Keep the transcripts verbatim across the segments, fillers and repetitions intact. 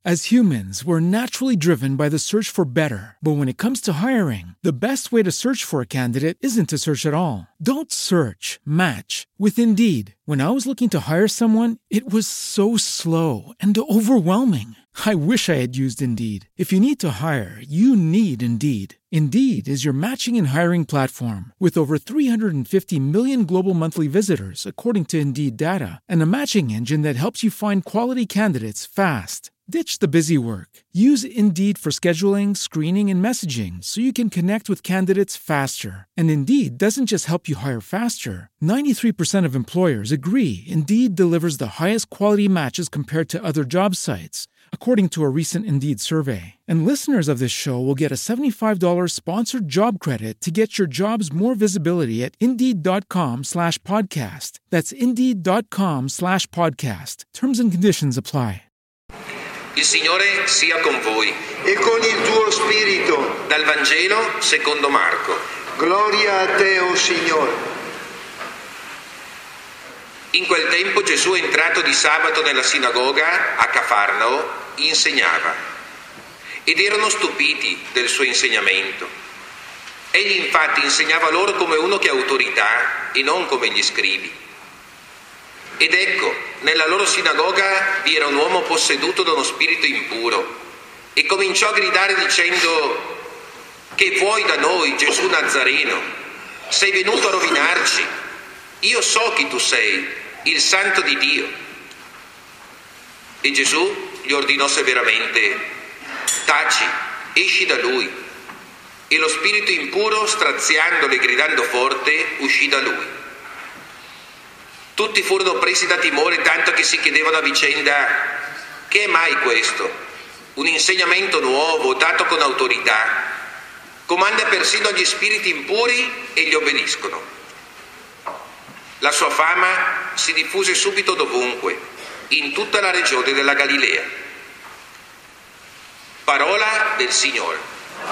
As humans, we're naturally driven by the search for better. But when it comes to hiring, the best way to search for a candidate isn't to search at all. Don't search, match with Indeed. When I was looking to hire someone, it was so slow and overwhelming. I wish I had used Indeed. If you need to hire, you need Indeed. Indeed is your matching and hiring platform with over three hundred fifty million global monthly visitors, according to Indeed data, and a matching engine that helps you find quality candidates fast. Ditch the busy work. Use Indeed for scheduling, screening, and messaging so you can connect with candidates faster. And Indeed doesn't just help you hire faster. ninety-three percent of employers agree Indeed delivers the highest quality matches compared to other job sites, according to a recent Indeed survey. And listeners of this show will get a seventy-five dollars sponsored job credit to get your jobs more visibility at Indeed.com slash podcast. That's Indeed.com slash podcast. Terms and conditions apply. Il Signore sia con voi. E con il tuo spirito. Dal Vangelo secondo Marco. Gloria a te, o Signore. In quel tempo Gesù, entrato di sabato nella sinagoga a Cafarnao, insegnava. Ed erano stupiti del suo insegnamento. Egli infatti insegnava loro come uno che ha autorità e non come gli scribi. Ed ecco, nella loro sinagoga vi era un uomo posseduto da uno spirito impuro e cominciò a gridare dicendo: che vuoi da noi, Gesù Nazareno? Sei venuto a rovinarci? Io so chi tu sei, il Santo di Dio. E Gesù gli ordinò severamente: taci, esci da lui. E lo spirito impuro, straziandolo e gridando forte, uscì da lui. Tutti furono presi da timore, tanto che si chiedevano a vicenda: che è mai questo? Un insegnamento nuovo, dato con autorità. Comanda persino agli spiriti impuri e gli obbediscono. La sua fama si diffuse subito dovunque, in tutta la regione della Galilea. Parola del Signore.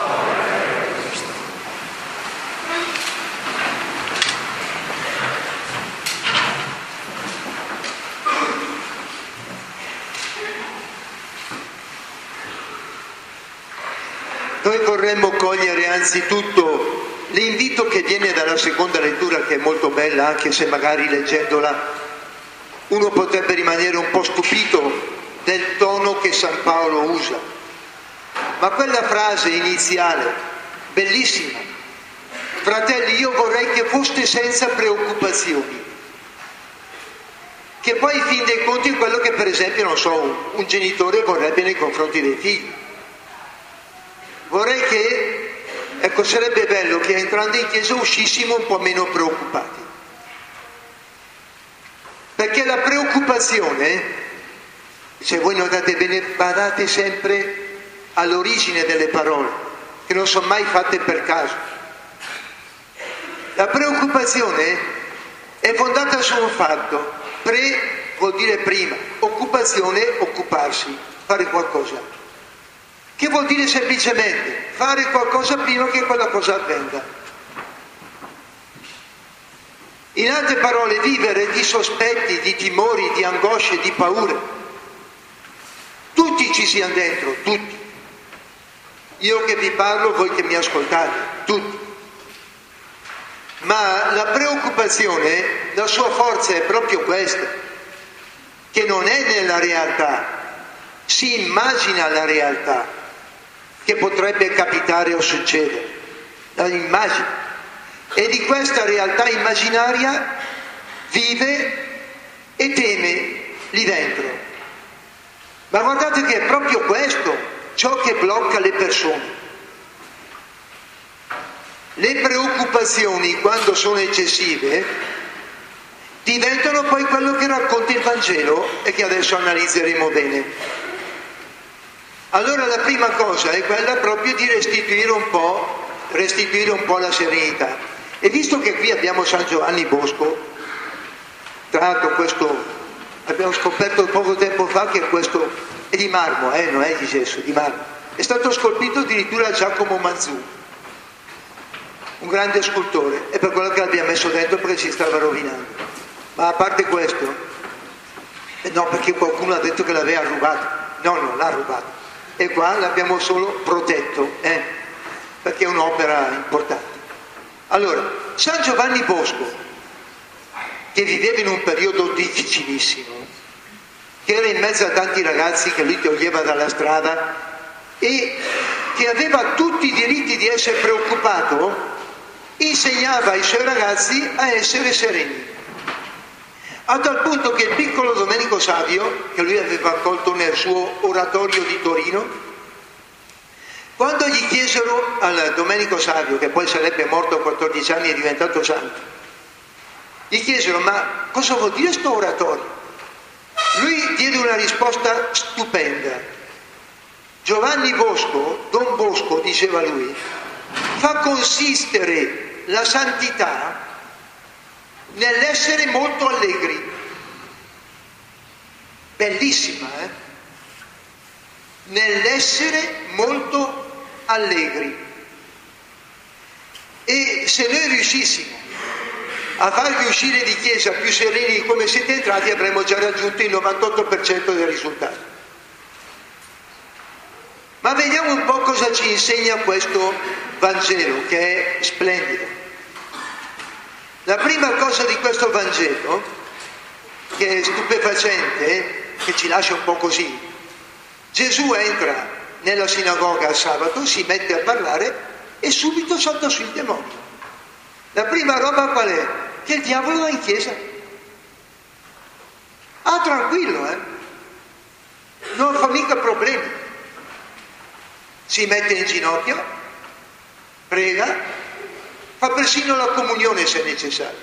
Noi vorremmo cogliere anzitutto l'invito che viene dalla seconda lettura, che è molto bella, anche se magari leggendola uno potrebbe rimanere un po' stupito del tono che San Paolo usa. Ma quella frase iniziale, bellissima: fratelli, io vorrei che foste senza preoccupazioni, che poi in fin dei conti è quello che per esempio, non so, un, un genitore vorrebbe nei confronti dei figli. Vorrei che, ecco, sarebbe bello che entrando in chiesa uscissimo un po' meno preoccupati. Perché la preoccupazione, se voi notate bene, badate sempre all'origine delle parole, che non sono mai fatte per caso. La preoccupazione è fondata su un fatto. Pre vuol dire prima, occupazione, occuparsi, fare qualcosa. Che vuol dire semplicemente fare qualcosa prima che quella cosa avvenga. In altre parole, vivere di sospetti, di timori, di angosce, di paure. Tutti ci siamo dentro, tutti. Io che vi parlo, voi che mi ascoltate, tutti. Ma la preoccupazione, la sua forza è proprio questa, che non è nella realtà, si immagina la realtà che potrebbe capitare o succedere, la immagina, e di questa realtà immaginaria vive e teme lì dentro. Ma guardate che è proprio questo ciò che blocca le persone. Le preoccupazioni, quando sono eccessive, diventano poi quello che racconta il Vangelo e che adesso analizzeremo bene. Allora la prima cosa è quella proprio di restituire un po', restituire un po' la serenità. E visto che qui abbiamo San Giovanni Bosco, tra l'altro questo abbiamo scoperto poco tempo fa che questo è di marmo, eh, non è di gesso, di marmo. È stato scolpito addirittura da Giacomo Manzù, un grande scultore, e per quello che l'abbiamo messo dentro perché si stava rovinando. Ma a parte questo, eh no, perché qualcuno ha detto che l'aveva rubato. no, no, l'ha rubato. E qua l'abbiamo solo protetto, eh? Perché è un'opera importante. Allora, San Giovanni Bosco, che viveva in un periodo difficilissimo, che era in mezzo a tanti ragazzi che lui toglieva dalla strada e che aveva tutti i diritti di essere preoccupato, insegnava ai suoi ragazzi a essere sereni. A tal punto che il piccolo Domenico Savio, che lui aveva accolto nel suo oratorio di Torino, quando gli chiesero al Domenico Savio, che poi sarebbe morto a quattordici anni e diventato santo, gli chiesero: ma cosa vuol dire sto oratorio? Lui diede una risposta stupenda. Giovanni Bosco, Don Bosco, diceva lui, fa consistere la santità nell'essere molto allegri. Bellissima, eh? Nell'essere molto allegri. E se noi riuscissimo a farvi uscire di chiesa più sereni di come siete entrati, avremmo già raggiunto il novantotto per cento del risultato. Ma vediamo un po' cosa ci insegna questo Vangelo, che è splendido. La prima cosa di questo Vangelo, che è stupefacente, che ci lascia un po' così: Gesù entra nella sinagoga al sabato, si mette a parlare e subito salta sui demoni. La prima roba qual è? Che il diavolo va in chiesa. Ah, tranquillo, eh? Non fa mica problemi. Si mette in ginocchio, prega, fa persino la comunione se necessario.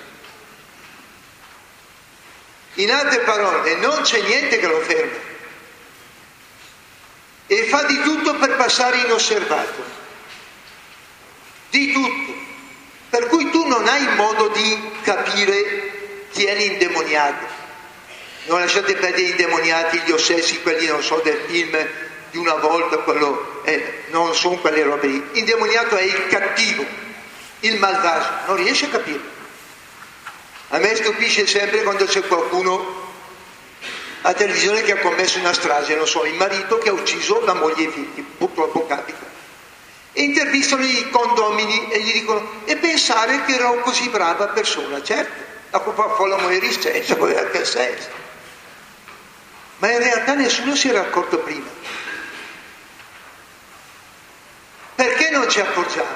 In altre parole, non c'è niente che lo ferma. E fa di tutto per passare inosservato. Di tutto. Per cui tu non hai modo di capire chi è l'indemoniato. Non lasciate perdere gli indemoniati, gli ossessi, quelli, non so, del film di una volta, quello è, non sono quelle robe lì. L'indemoniato è il cattivo, il malvagio, non riesce a capire. A me stupisce sempre quando c'è qualcuno a televisione che ha commesso una strage, non so, il marito che ha ucciso la moglie e i figli, purtroppo capita. E intervistano i condomini e gli dicono: e pensare che era così brava persona. Certo, la colpa fa la moglie senso, voleva che senso. Ma in realtà nessuno si era accorto prima. Perché non ci accorgiamo?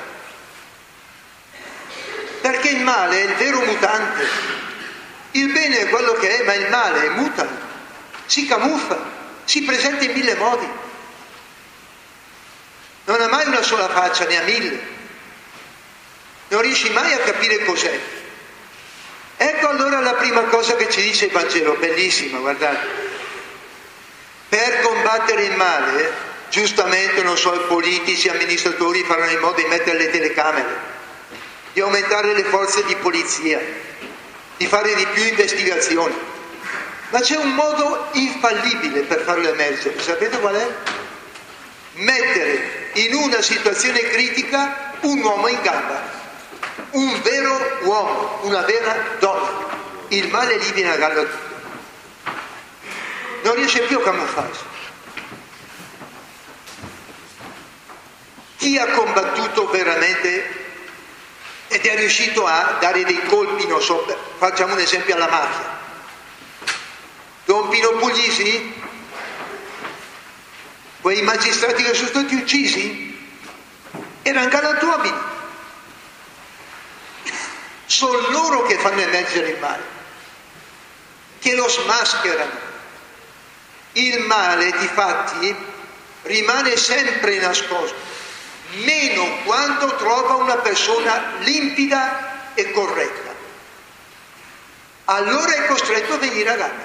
Perché il male è il vero mutante. Il bene è quello che è, ma il male muta, si camuffa, si presenta in mille modi. Non ha mai una sola faccia, ne ha mille. Non riesci mai a capire cos'è. Ecco allora la prima cosa che ci dice il Vangelo, bellissima, guardate. Per combattere il male, giustamente, non so, i politici, gli amministratori faranno in modo di mettere le telecamere, di aumentare le forze di polizia, di fare di più investigazioni. Ma c'è un modo infallibile per farlo emergere. Sapete qual è? Mettere in una situazione critica un uomo in gamba, un vero uomo, una vera donna. Il male lì viene a galla tutto. Non riesce più a camuffarsi. Chi ha combattuto veramente ed è riuscito a dare dei colpi, non so, facciamo un esempio alla mafia. Don Pino Puglisi? Quei magistrati che sono stati uccisi erano galantuomini. Sono loro che fanno emergere il male, che lo smascherano. Il male, difatti, rimane sempre nascosto, meno quando trova una persona limpida e corretta. Allora è costretto a venire a galla.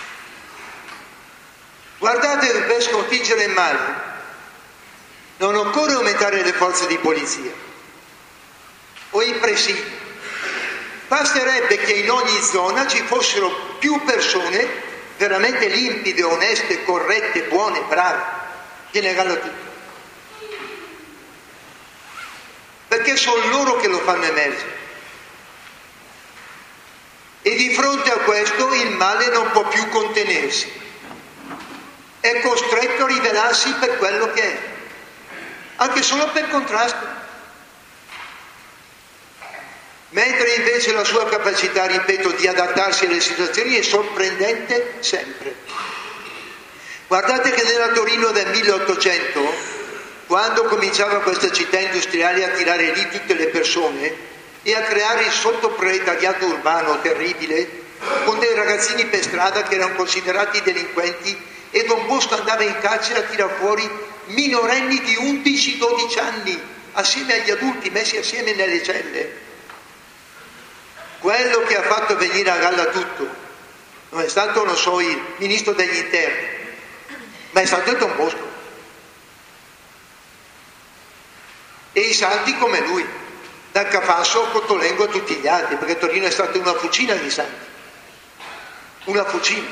Guardate che per sconfiggere il male non occorre aumentare le forze di polizia o i presidi. Basterebbe che in ogni zona ci fossero più persone veramente limpide, oneste, corrette, buone, brave. Viene a galla tutto. Perché sono loro che lo fanno emergere. E di fronte a questo il male non può più contenersi. è costretto a rivelarsi per quello che è, anche solo per contrasto. Mentre invece la sua capacità, ripeto, di adattarsi alle situazioni è sorprendente sempre. Guardate che nella Torino del milleottocento, quando cominciava questa città industriale a tirare lì tutte le persone e a creare il sottoproletariato urbano terribile, con dei ragazzini per strada che erano considerati delinquenti, e Don Bosco andava in carcere a tirar fuori minorenni di undici dodici anni assieme agli adulti messi assieme nelle celle. Quello che ha fatto venire a galla tutto non è stato, non so, il ministro degli interni, ma è stato il Don Bosco e i santi come lui, dal Cafasso a Cottolengo a tutti gli altri, perché Torino è stata una fucina di santi, una fucina.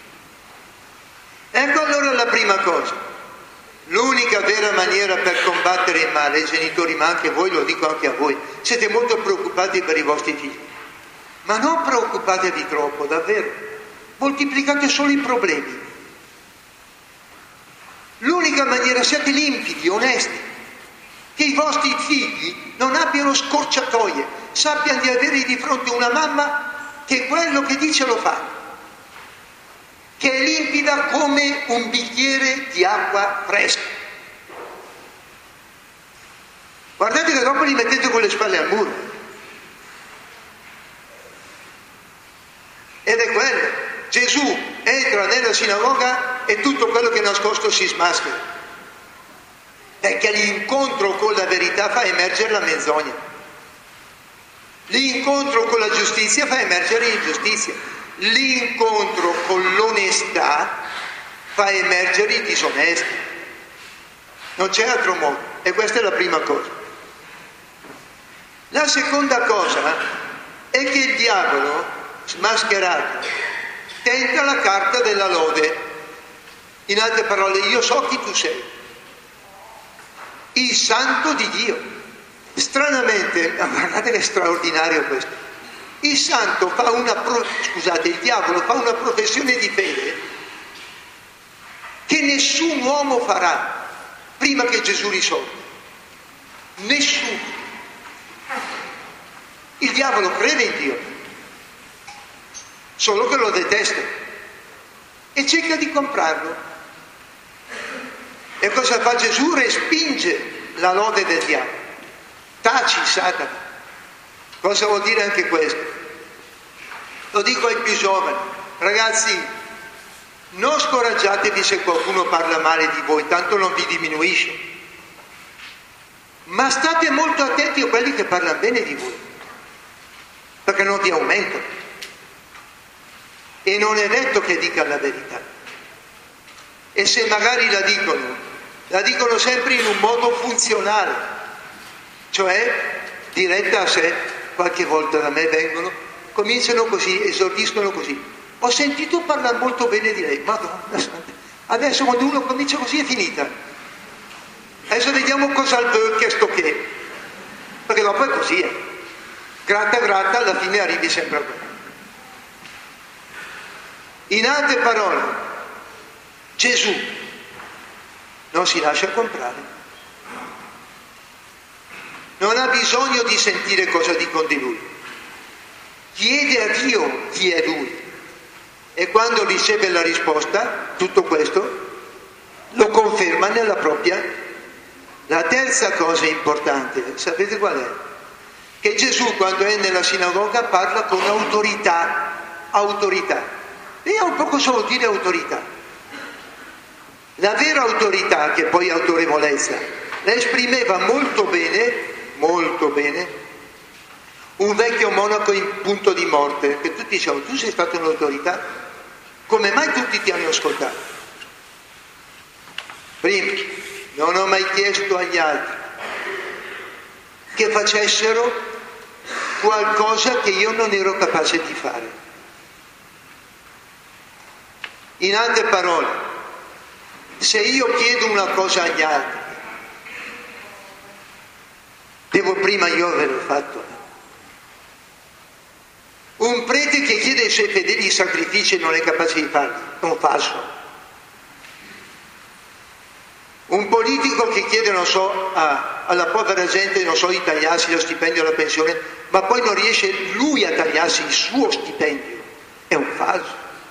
Ecco allora la prima cosa, l'unica vera maniera per combattere il male, genitori, ma anche voi, lo dico anche a voi, siete molto preoccupati per i vostri figli, ma non preoccupatevi troppo, davvero, moltiplicate solo i problemi. L'unica maniera, siate limpidi, onesti, che i vostri figli non abbiano scorciatoie, sappiano di avere di fronte una mamma che quello che dice lo fa, che è limpida come un bicchiere di acqua fresca. Guardate che dopo li mettete con le spalle al muro. Ed è quello. Gesù entra nella sinagoga e tutto quello che è nascosto si smaschera. Perché l'incontro con la verità fa emergere la menzogna. L'incontro con la giustizia fa emergere l'ingiustizia. L'incontro con l'onestà fa emergere i disonesti. Non c'è altro modo. E questa è la prima cosa. La seconda cosa è che il diavolo, smascherato, tenta la carta della lode. In altre parole, io so chi tu sei, il santo di Dio. Stranamente, guardate che è straordinario questo, il santo fa una pro... scusate, il diavolo fa una professione di fede che nessun uomo farà prima che Gesù risorga. Nessuno. Il diavolo crede in Dio, solo che lo detesta e cerca di comprarlo. E cosa fa Gesù? Respinge la lode del diavolo. Taci, Satana. Cosa vuol dire anche questo? Lo dico ai più giovani. Ragazzi, non scoraggiatevi se qualcuno parla male di voi, tanto non vi diminuisce. Ma state molto attenti a quelli che parlano bene di voi, perché non vi aumentano. E non è detto che dicano la verità. E se magari la dicono, la dicono sempre in un modo funzionale, cioè diretta a sé. Qualche volta da me vengono, cominciano così, esordiscono così. Ho sentito parlare molto bene di lei, Madonna Santa. Adesso quando uno comincia così è finita. Adesso vediamo cosa al che sto che. Perché dopo è così, eh. Gratta gratta, alla fine arrivi sempre a quello. In altre parole, Gesù non si lascia comprare. Non ha bisogno di sentire cosa dicono di lui. Chiede a Dio chi è lui. E quando riceve la risposta, tutto questo lo conferma nella propria. La terza cosa importante, sapete qual è? Che Gesù quando è nella sinagoga parla con autorità. Autorità. Vediamo un po' cosa vuol dire autorità. La vera autorità, che poi è autorevolezza, la esprimeva molto bene, molto bene, un vecchio monaco in punto di morte, che tutti dicevano, tu sei stato un'autorità? Come mai tutti ti hanno ascoltato? Primo, non ho mai chiesto agli altri che facessero qualcosa che io non ero capace di fare. In altre parole, se io chiedo una cosa agli altri, devo prima io averlo fatto. Un prete che chiede ai suoi fedeli i sacrifici e non è capace di farli, è un falso. Un politico che chiede, non so, a, alla povera gente, non so, di tagliarsi lo stipendio o la pensione, ma poi non riesce lui a tagliarsi il suo stipendio, è un falso.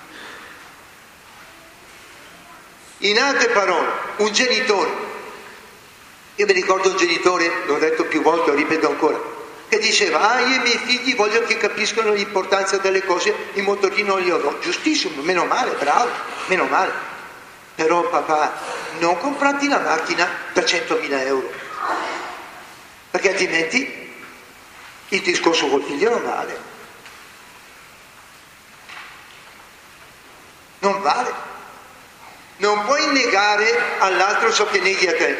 In altre parole, un genitore, io mi ricordo un genitore, l'ho detto più volte, lo ripeto ancora, che diceva, ah, io e i miei figli voglio che capiscano l'importanza delle cose, il motorino non glielo do. Giustissimo, meno male, bravo, meno male. Però papà, non comprarti la macchina per centomila euro, perché altrimenti il discorso col figlio non vale. Non vale. Non puoi negare all'altro ciò che neghi a te.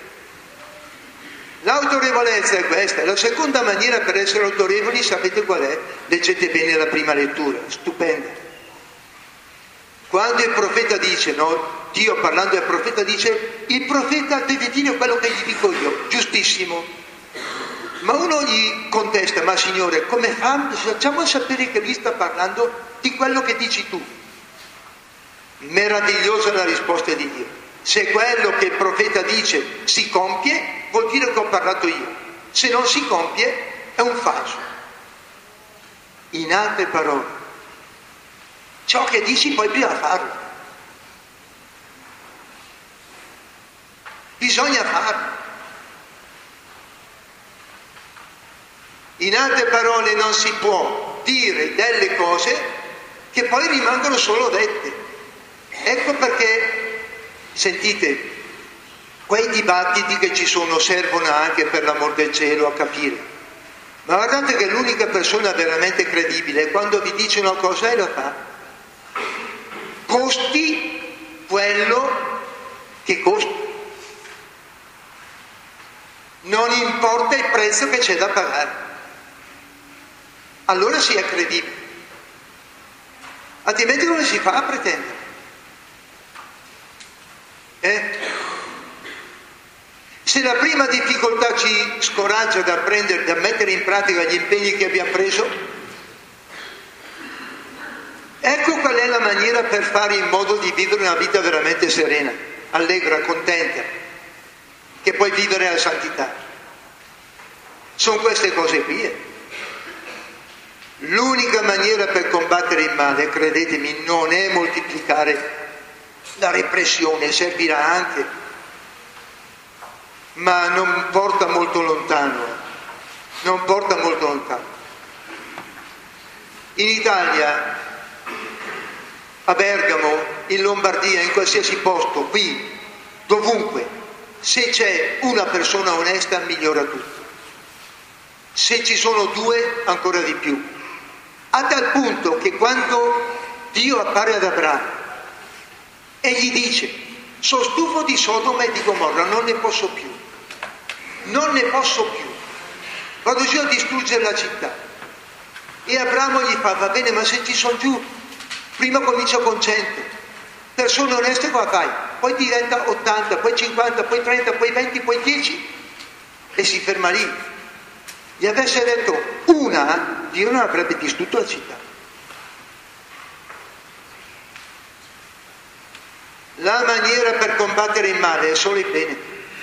L'autorevolezza è questa. La seconda maniera per essere autorevoli, sapete qual è? Leggete bene la prima lettura, stupenda. Quando il profeta dice, no? Dio parlando al profeta dice, il profeta deve dire quello che gli dico io, giustissimo. Ma uno gli contesta, ma signore, come facciamo a sapere che lui sta parlando di quello che dici tu? Meravigliosa la risposta di Dio. Se quello che il profeta dice si compie, vuol dire che ho parlato io. Se non si compie, è un falso. In altre parole, ciò che dici poi bisogna farlo. Bisogna farlo. In altre parole, non si può dire delle cose che poi rimangono solo dette. Ecco perché, sentite, quei dibattiti che ci sono servono anche, per l'amor del cielo, a capire. Ma guardate che l'unica persona veramente credibile è quando vi dice una cosa e la fa. Costi quello che costa. Non importa il prezzo che c'è da pagare. Allora si è credibile. Altrimenti come si fa a pretendere? Eh? Se la prima difficoltà ci scoraggia da prendere, da mettere in pratica gli impegni che abbiamo preso, ecco qual è la maniera per fare in modo di vivere una vita veramente serena, allegra, contenta, che puoi vivere la santità. Sono queste cose qui. Eh. L'unica maniera per combattere il male, credetemi, non è moltiplicare la repressione, servirà anche, ma non porta molto lontano, non porta molto lontano. In Italia, a Bergamo, in Lombardia, in qualsiasi posto, qui, dovunque, se c'è una persona onesta migliora tutto. Se ci sono due, ancora di più. A tal punto che quando Dio appare ad Abramo e gli dice, sono stufo di Sodoma e di Gomorra, non ne posso più, non ne posso più, vado giù a distruggere la città. E Abramo gli fa, va bene, ma se ci sono giù, prima comincia con cento, persone oneste cosa fai? Poi diventa ottanta, poi cinquanta, poi trenta, poi venti, poi dieci e si ferma lì. Gli avesse detto una, Dio non avrebbe distrutto la città. La maniera per combattere il male è solo il bene.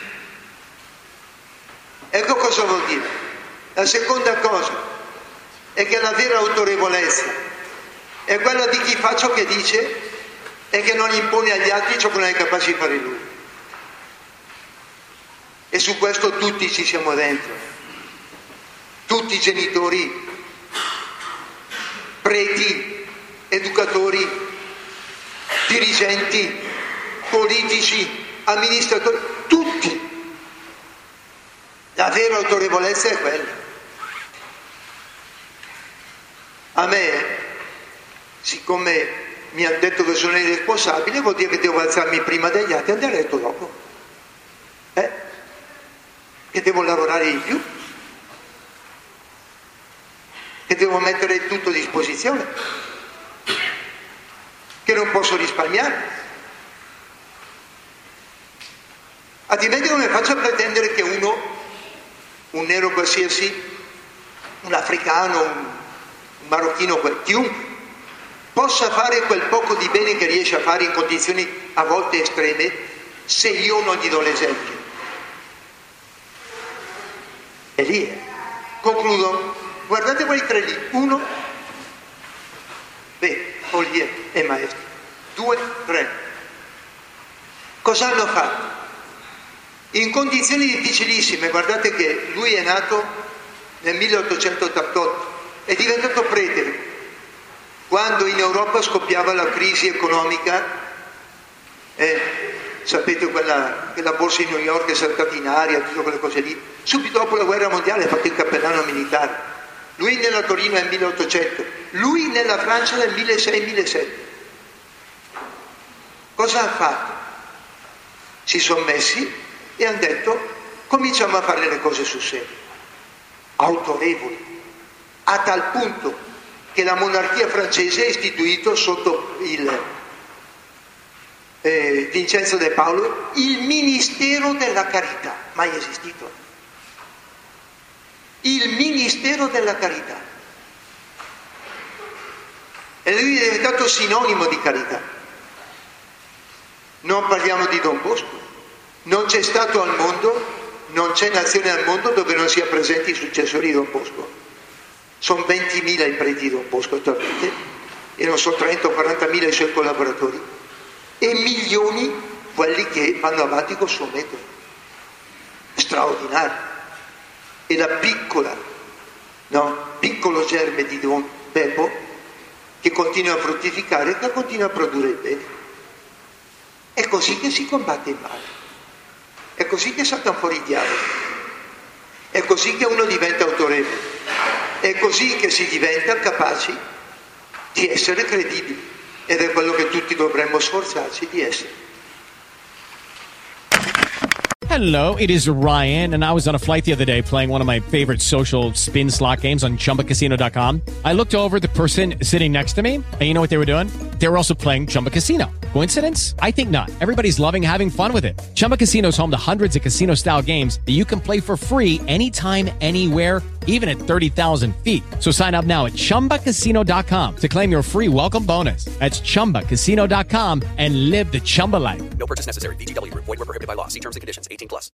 Ecco cosa vuol dire. La seconda cosa è che la vera autorevolezza è quella di chi fa ciò che dice e che non impone agli altri ciò che non è capace di fare lui. E su questo tutti ci siamo dentro. Tutti i genitori, preti, educatori, dirigenti, politici, amministratori, tutti. La vera autorevolezza è quella. A me, siccome mi hanno detto che sono irresponsabile, vuol dire che devo alzarmi prima degli altri e andare a letto dopo. Eh? Che devo lavorare di più. Che devo mettere tutto a disposizione, che non posso risparmiare, altrimenti come faccio a pretendere che uno, un nero qualsiasi, un africano, un marocchino, chiunque, possa fare quel poco di bene che riesce a fare in condizioni a volte estreme, se io non gli do l'esempio. È lì. Eh. Concludo. Guardate quei tre lì. Uno, beh, Olivier è maestro. Due, tre. Cosa hanno fatto? In condizioni difficilissime. Guardate che lui è nato nel milleottocentottantotto, è diventato prete quando in Europa scoppiava la crisi economica, eh, sapete quella, quella borsa di New York è saltata in aria, tutte quelle cose lì. Subito dopo la guerra mondiale ha fatto il cappellano militare. Lui nella Torino nel milleottocento, lui nella Francia nel milleseicento millesettecento. Cosa ha fatto? Si sono messi e hanno detto cominciamo a fare le cose sul serio, autorevoli, a tal punto che la monarchia francese ha istituito sotto il eh, Vincenzo De Paolo il Ministero della Carità, mai esistito. Il Ministero della Carità. E lui è diventato sinonimo di carità. Non parliamo di Don Bosco. Non c'è stato al mondo, non c'è nazione al mondo dove non sia presenti i successori di Don Bosco. Sono ventimila i preti di Don Bosco attualmente e non so trenta o quarantamila i suoi collaboratori e milioni quelli che vanno avanti col suo metodo. Straordinario. E la piccola, no, piccolo germe di Don Beppo che continua a fruttificare e che continua a produrre il bene. È così che si combatte il male. È così che saltano fuori i diavoli. È così che uno diventa autorevole. È così che si diventa capaci di essere credibili. Ed è quello che tutti dovremmo sforzarci di essere. Hello, it is Ryan, and I was on a flight the other day playing one of my favorite social spin slot games on Chumba Casino dot com. I looked over at the person sitting next to me, and you know what they were doing? They were also playing Chumba Casino. Coincidence? I think not. Everybody's loving having fun with it. Chumba Casino is home to hundreds of casino-style games that you can play for free anytime, anywhere, even at thirty thousand feet. So sign up now at Chumba Casino dot com to claim your free welcome bonus. That's Chumba Casino dot com and live the Chumba life. No purchase necessary. V G W. Void where prohibited by law. See terms and conditions. eighteen plus.